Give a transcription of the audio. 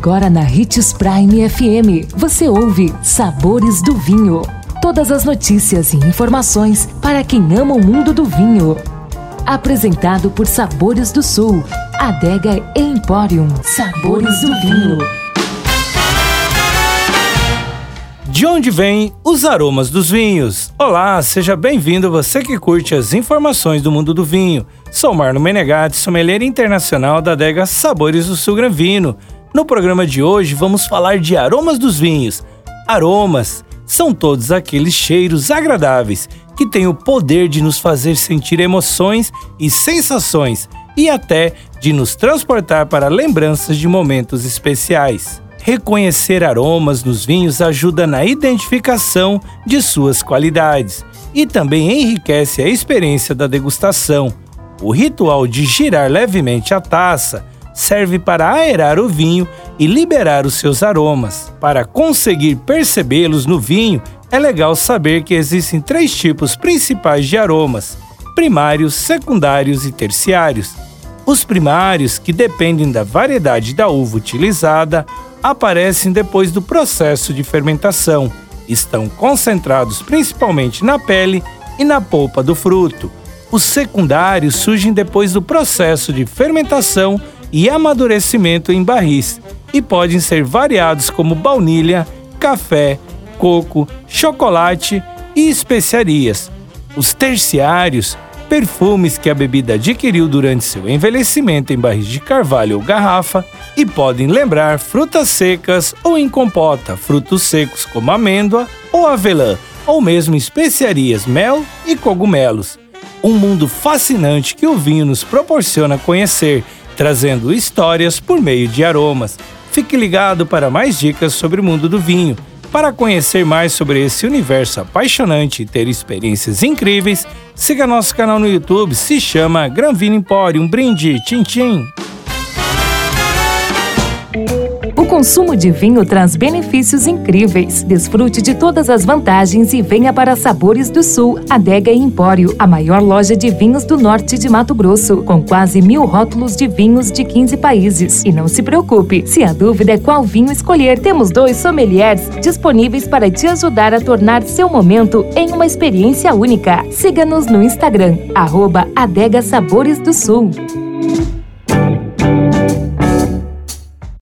Agora na Hits Prime FM, você ouve Sabores do Vinho. Todas as notícias e informações para quem ama o mundo do vinho. Apresentado por Sabores do Sul, Adega Emporium. Sabores do Vinho. De onde vêm os aromas dos vinhos? Olá, seja bem-vindo você que curte as informações do mundo do vinho. Sou Marlon Menegatti, sommelier internacional da adega Sabores do Sul Granvino. No programa de hoje vamos falar de aromas dos vinhos. Aromas são todos aqueles cheiros agradáveis que têm o poder de nos fazer sentir emoções e sensações e até de nos transportar para lembranças de momentos especiais. Reconhecer aromas nos vinhos ajuda na identificação de suas qualidades e também enriquece a experiência da degustação. O ritual de girar levemente a taça serve para aerar o vinho e liberar os seus aromas. Para conseguir percebê-los no vinho, é legal saber que existem 3 tipos principais de aromas: primários, secundários e terciários. Os primários, que dependem da variedade da uva utilizada, aparecem depois do processo de fermentação. Estão concentrados principalmente na pele e na polpa do fruto. Os secundários surgem depois do processo de fermentação e amadurecimento em barris e podem ser variados como baunilha, café, coco, chocolate e especiarias. Os terciários, perfumes que a bebida adquiriu durante seu envelhecimento em barris de carvalho ou garrafa e podem lembrar frutas secas ou em compota, frutos secos como amêndoa ou avelã, ou mesmo especiarias, mel e cogumelos. Um mundo fascinante que o vinho nos proporciona conhecer, trazendo histórias por meio de aromas. Fique ligado para mais dicas sobre o mundo do vinho. Para conhecer mais sobre esse universo apaixonante e ter experiências incríveis, siga nosso canal no YouTube, se chama Granvino Emporium. Um brinde, tchim tchim! O consumo de vinho traz benefícios incríveis. Desfrute de todas as vantagens e venha para Sabores do Sul, Adega Empório, a maior loja de vinhos do norte de Mato Grosso, com quase 1000 rótulos de vinhos de 15 países. E não se preocupe, se a dúvida é qual vinho escolher, temos 2 sommeliers disponíveis para te ajudar a tornar seu momento em uma experiência única. Siga-nos no Instagram, @Adega Sabores do Sul.